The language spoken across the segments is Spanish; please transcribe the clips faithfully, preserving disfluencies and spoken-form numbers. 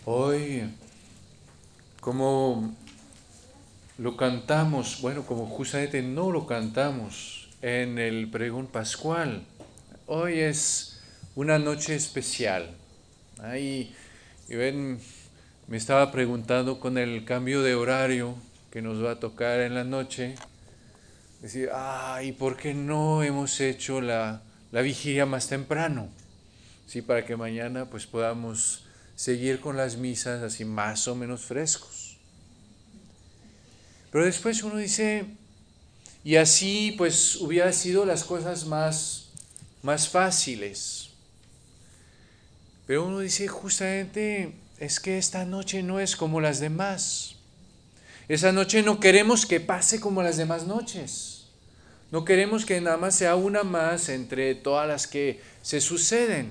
Hoy, como lo cantamos, bueno, como justamente no lo cantamos en el pregón pascual, hoy es una noche especial. Ahí, y ven, me estaba preguntando con el cambio de horario que nos va a tocar en la noche, decir, ah, ¿y por qué no hemos hecho la, la vigilia más temprano? Sí, para que mañana pues podamos seguir con las misas así más o menos frescos. Pero después uno dice, y así pues hubiera sido las cosas más, más fáciles. Pero uno dice justamente, es que esta noche no es como las demás. Esa noche no queremos que pase como las demás noches. No queremos que nada más sea una más entre todas las que se suceden.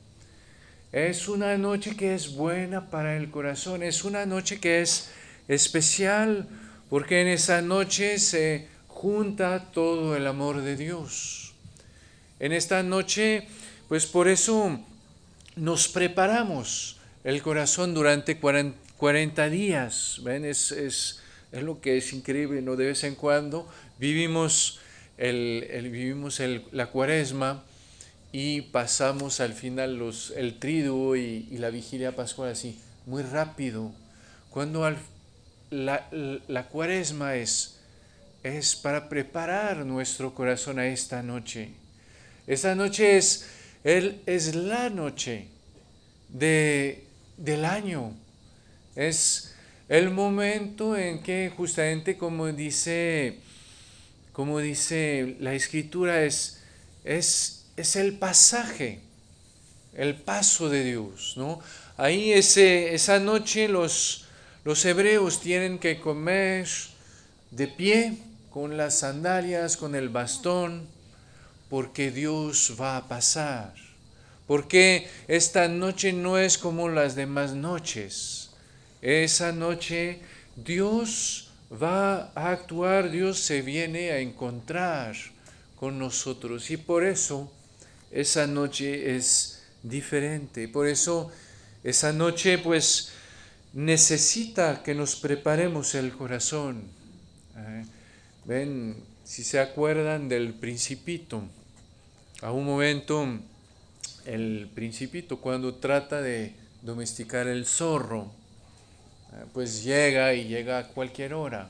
Es una noche que es buena para el corazón, es una noche que es especial porque en esa noche se junta todo el amor de Dios. En esta noche, pues por eso nos preparamos el corazón durante cuarenta días. ¿Ven? Es, es, es lo que es increíble, ¿no? De vez en cuando vivimos, el, el, vivimos el, la cuaresma y pasamos al final los, el triduo y, y la vigilia pascual así, muy rápido. Cuando al, la, la cuaresma es, es para preparar nuestro corazón a esta noche. Esta noche es, él, es la noche de, del año. Es el momento en que justamente como dice, como dice la escritura, es, es, es el pasaje, el paso de Dios, ¿no? Ahí ese, esa noche los, los hebreos tienen que comer de pie, con las sandalias, con el bastón, porque Dios va a pasar. Porque esta noche no es como las demás noches. Esa noche Dios va a actuar, Dios se viene a encontrar con nosotros. Y por eso esa noche es diferente. Por eso esa noche pues necesita que nos preparemos el corazón. ¿Eh? Ven, si se acuerdan del Principito, a un momento el Principito cuando trata de domesticar el zorro, eh, pues llega y llega a cualquier hora.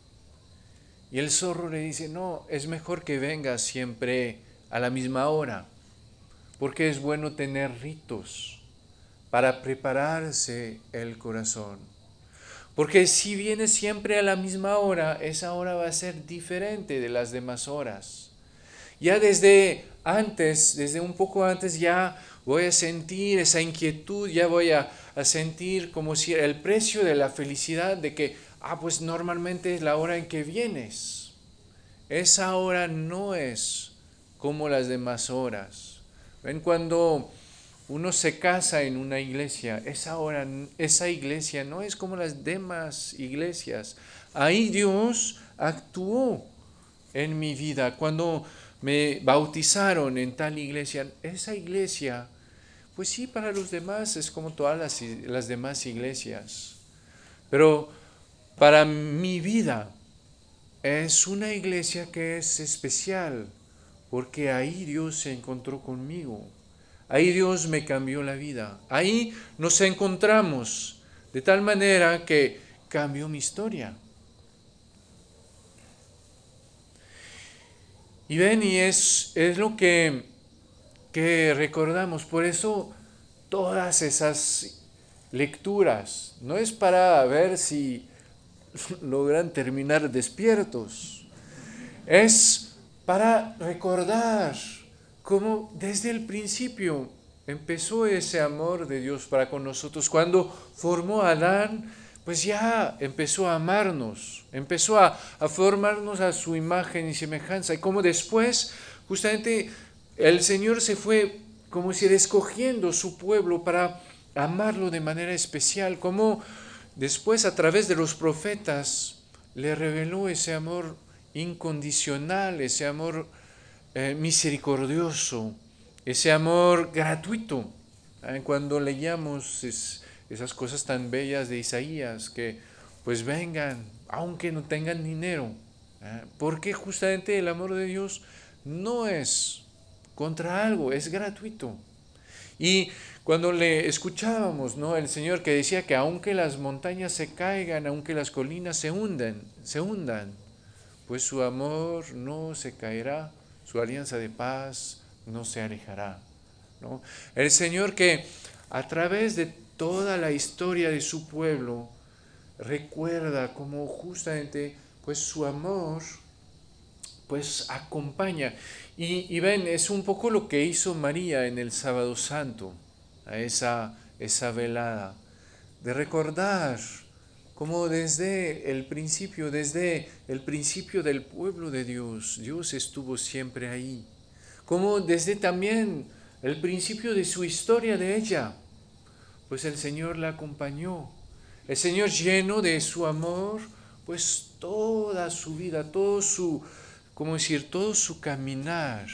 Y el zorro le dice, no, es mejor que venga siempre a la misma hora, porque es bueno tener ritos para prepararse el corazón. Porque si viene siempre a la misma hora, esa hora va a ser diferente de las demás horas. Ya desde antes, desde un poco antes, ya voy a sentir esa inquietud, ya voy a, a sentir como si el precio de la felicidad de que, ah, pues normalmente es la hora en que vienes. Esa hora no es como las demás horas. ¿Ven? Cuando uno se casa en una iglesia, esa hora, esa iglesia no es como las demás iglesias. Ahí Dios actuó en mi vida. Cuando me bautizaron en tal iglesia, esa iglesia, pues sí, para los demás es como todas las, las demás iglesias. Pero para mi vida es una iglesia que es especial, porque ahí Dios se encontró conmigo. Ahí Dios me cambió la vida. Ahí nos encontramos de tal manera que cambió mi historia. Y ven, y es, es lo que, que recordamos. Por eso todas esas lecturas no es para ver si logran terminar despiertos. Es para recordar cómo desde el principio empezó ese amor de Dios para con nosotros. Cuando formó a Adán, pues ya empezó a amarnos, empezó a, a formarnos a su imagen y semejanza. Y como después, justamente, el Señor se fue como si escogiendo su pueblo para amarlo de manera especial, como después a través de los profetas le reveló ese amor incondicional, ese amor eh, misericordioso, ese amor gratuito. Eh, cuando leíamos es, esas cosas tan bellas de Isaías, que pues vengan, aunque no tengan dinero. ¿eh? Porque justamente el amor de Dios no es contra algo, es gratuito. Y cuando le escuchábamos, ¿no? El Señor que decía que aunque las montañas se caigan, aunque las colinas se hundan, se hundan, pues su amor no se caerá, su alianza de paz no se alejará, ¿no? El Señor que a través de toda la historia de su pueblo recuerda cómo justamente pues su amor pues acompaña. Y, y ven, es un poco lo que hizo María en el Sábado Santo, a esa, esa velada, de recordar cómo desde el principio, desde el principio del pueblo de Dios, Dios estuvo siempre ahí. Como desde también el principio de su historia de ella, pues el Señor la acompañó. El Señor lleno de su amor, pues toda su vida, todo su, ¿cómo decir? Todo su caminar,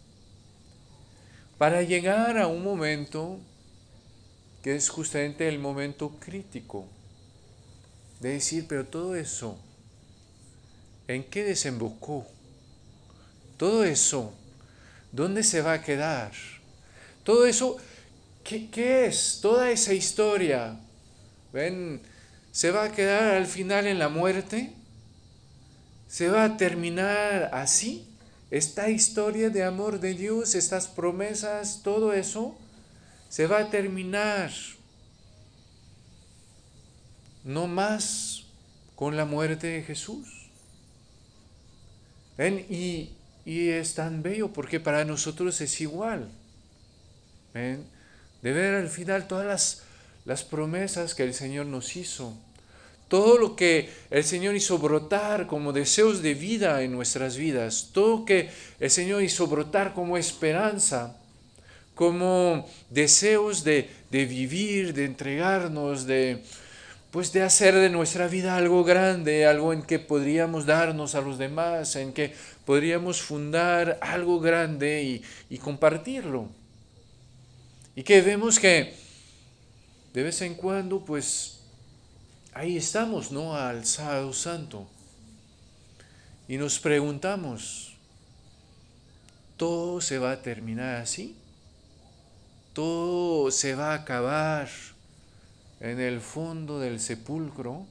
para llegar a un momento que es justamente el momento crítico, de decir, pero todo eso, ¿en qué desembocó? Todo eso, ¿dónde se va a quedar? Todo eso, ¿qué, qué es? Toda esa historia, ¿ven? ¿Se va a quedar al final en la muerte? ¿Se va a terminar así? Esta historia de amor de Dios, estas promesas, todo eso, se va a terminar no más con la muerte de Jesús. ¿Ven? Y, y es tan bello porque para nosotros es igual. ¿Ven? De ver al final todas las, las promesas que el Señor nos hizo. Todo lo que el Señor hizo brotar como deseos de vida en nuestras vidas. Todo lo que el Señor hizo brotar como esperanza. Como deseos de, de vivir, de entregarnos, de, pues de hacer de nuestra vida algo grande, algo en que podríamos darnos a los demás, en que podríamos fundar algo grande y, y compartirlo. Y que vemos que de vez en cuando, pues ahí estamos, ¿no? Al Sábado Santo. Y nos preguntamos, ¿todo se va a terminar así? ¿Todo se va a acabar en el fondo del sepulcro?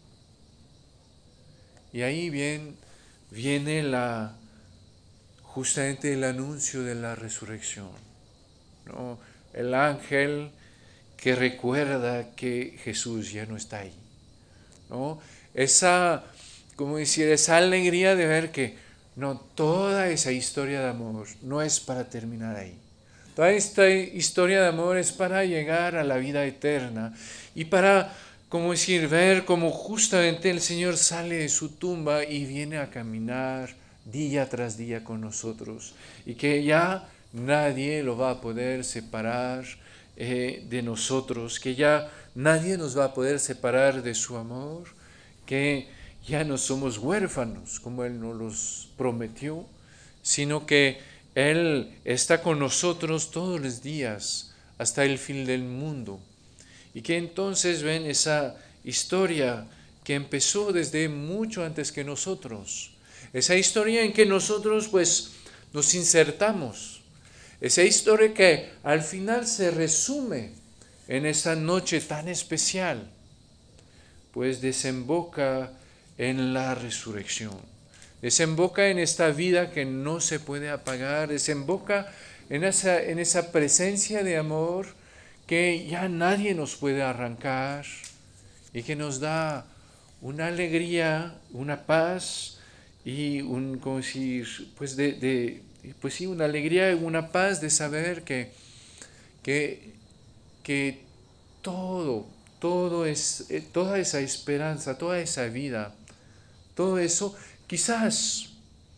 Y ahí bien, viene la, justamente el anuncio de la resurrección, ¿no? El ángel que recuerda que Jesús ya no está ahí, ¿no? Esa, como decir, esa alegría de ver que no, toda esa historia de amor no es para terminar ahí. Toda esta historia de amor es para llegar a la vida eterna y para, como decir, ver cómo justamente el Señor sale de su tumba y viene a caminar día tras día con nosotros y que ya nadie lo va a poder separar eh, de nosotros, que ya nadie nos va a poder separar de su amor, que ya no somos huérfanos como Él nos los prometió, sino que Él está con nosotros todos los días hasta el fin del mundo. Y que entonces ven esa historia que empezó desde mucho antes que nosotros. Esa historia en que nosotros pues nos insertamos. Esa historia que al final se resume en esa noche tan especial, pues desemboca en la resurrección. Desemboca en esta vida que no se puede apagar, desemboca en esa, en esa presencia de amor que ya nadie nos puede arrancar y que nos da una alegría, una paz y un, como decir, pues de, de, pues sí, una alegría y una paz de saber que, que, que todo, todo es, toda esa esperanza, toda esa vida, todo eso quizás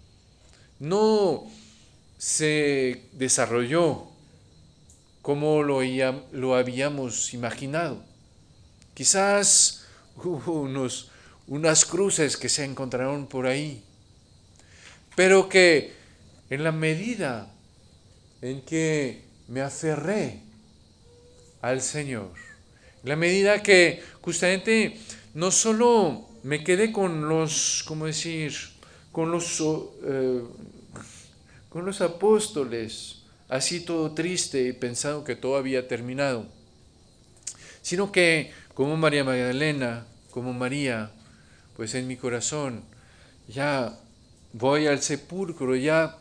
no se desarrolló como lo, lo habíamos imaginado. Quizás hubo unos, unas cruces que se encontraron por ahí, pero que en la medida en que me aferré al Señor, En la medida que justamente no solo me quedé con los, ¿cómo decir? Con los, eh, con los apóstoles, así todo triste y pensando que todo había terminado, sino que como María Magdalena, como María, pues en mi corazón ya voy al sepulcro, ya,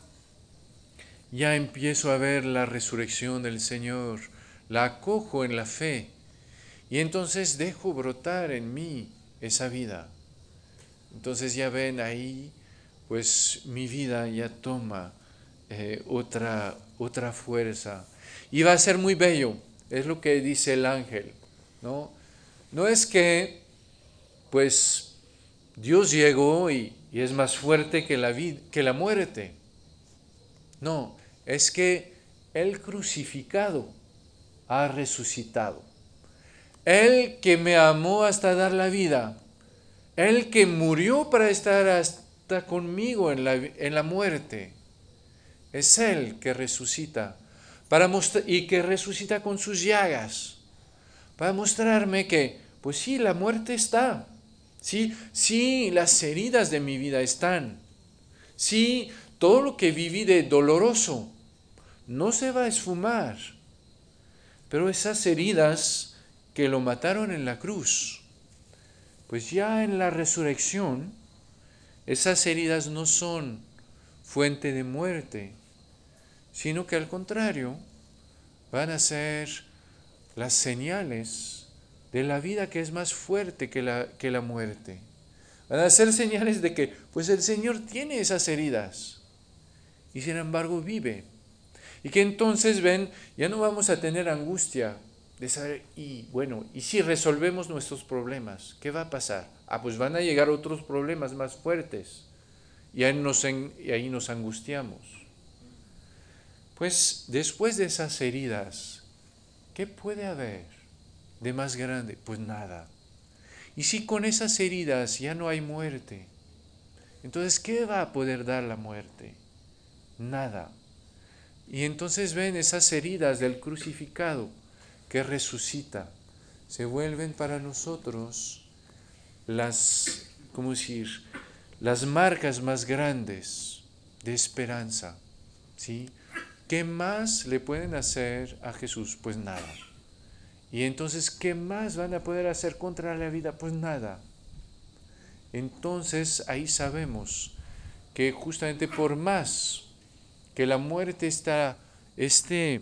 ya empiezo a ver la resurrección del Señor, la acojo en la fe y entonces dejo brotar en mí esa vida. Entonces ya ven ahí, pues mi vida ya toma eh, otra, otra fuerza. Y va a ser muy bello, es lo que dice el ángel, ¿no? No es que, pues, Dios llegó y, y es más fuerte que la, vid- que la muerte. No, es que el crucificado ha resucitado. Él que me amó hasta dar la vida, Él que murió para estar hasta conmigo en la, en la muerte, es Él que resucita para mostrar, y que resucita con sus llagas, para mostrarme que, pues sí, la muerte está, sí, sí, las heridas de mi vida están, sí, todo lo que viví de doloroso no se va a esfumar, pero esas heridas que lo mataron en la cruz, pues ya en la resurrección, esas heridas no son fuente de muerte, sino que al contrario, van a ser las señales de la vida que es más fuerte que la, que la muerte. Van a ser señales de que, pues el Señor tiene esas heridas y sin embargo vive. Y que entonces, ven, ya no vamos a tener angustia de saber, y bueno, ¿y si resolvemos nuestros problemas? ¿Qué va a pasar? Ah, pues van a llegar otros problemas más fuertes y ahí nos, en, y ahí nos angustiamos. Pues después de esas heridas, ¿qué puede haber de más grande? Pues nada. Y si con esas heridas ya no hay muerte, entonces ¿qué va a poder dar la muerte? Nada. Y entonces ven esas heridas del crucificado que resucita, se vuelven para nosotros las, ¿cómo decir? Las marcas más grandes de esperanza, ¿sí? ¿Qué más le pueden hacer a Jesús? Pues nada. Y entonces, ¿qué más van a poder hacer contra la vida? Pues nada. Entonces ahí sabemos que justamente por más que la muerte está, este,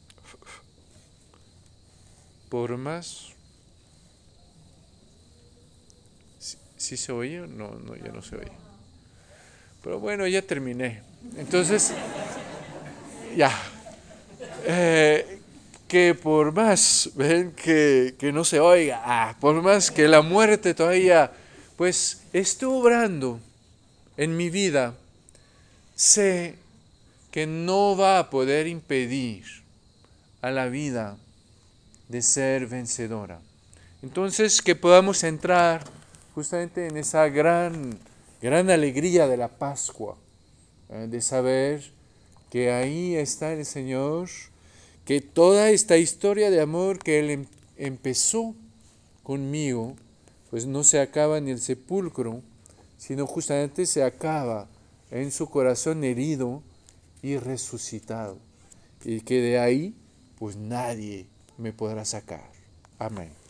por más, ¿sí, sí se oye? No, no, ya no se oye. Pero bueno, ya terminé. Entonces, ya. Eh, que por más, ven, que, que no se oiga, ah, por más que la muerte todavía, pues, esté obrando en mi vida, sé que no va a poder impedir a la vida de ser vencedora. Entonces, que podamos entrar justamente en esa gran, gran alegría de la Pascua, eh, de saber que ahí está el Señor, que toda esta historia de amor que Él em- empezó conmigo, pues no se acaba en el sepulcro, sino justamente se acaba en su corazón herido y resucitado. Y que de ahí, pues nadie me podrá sacar. Amén.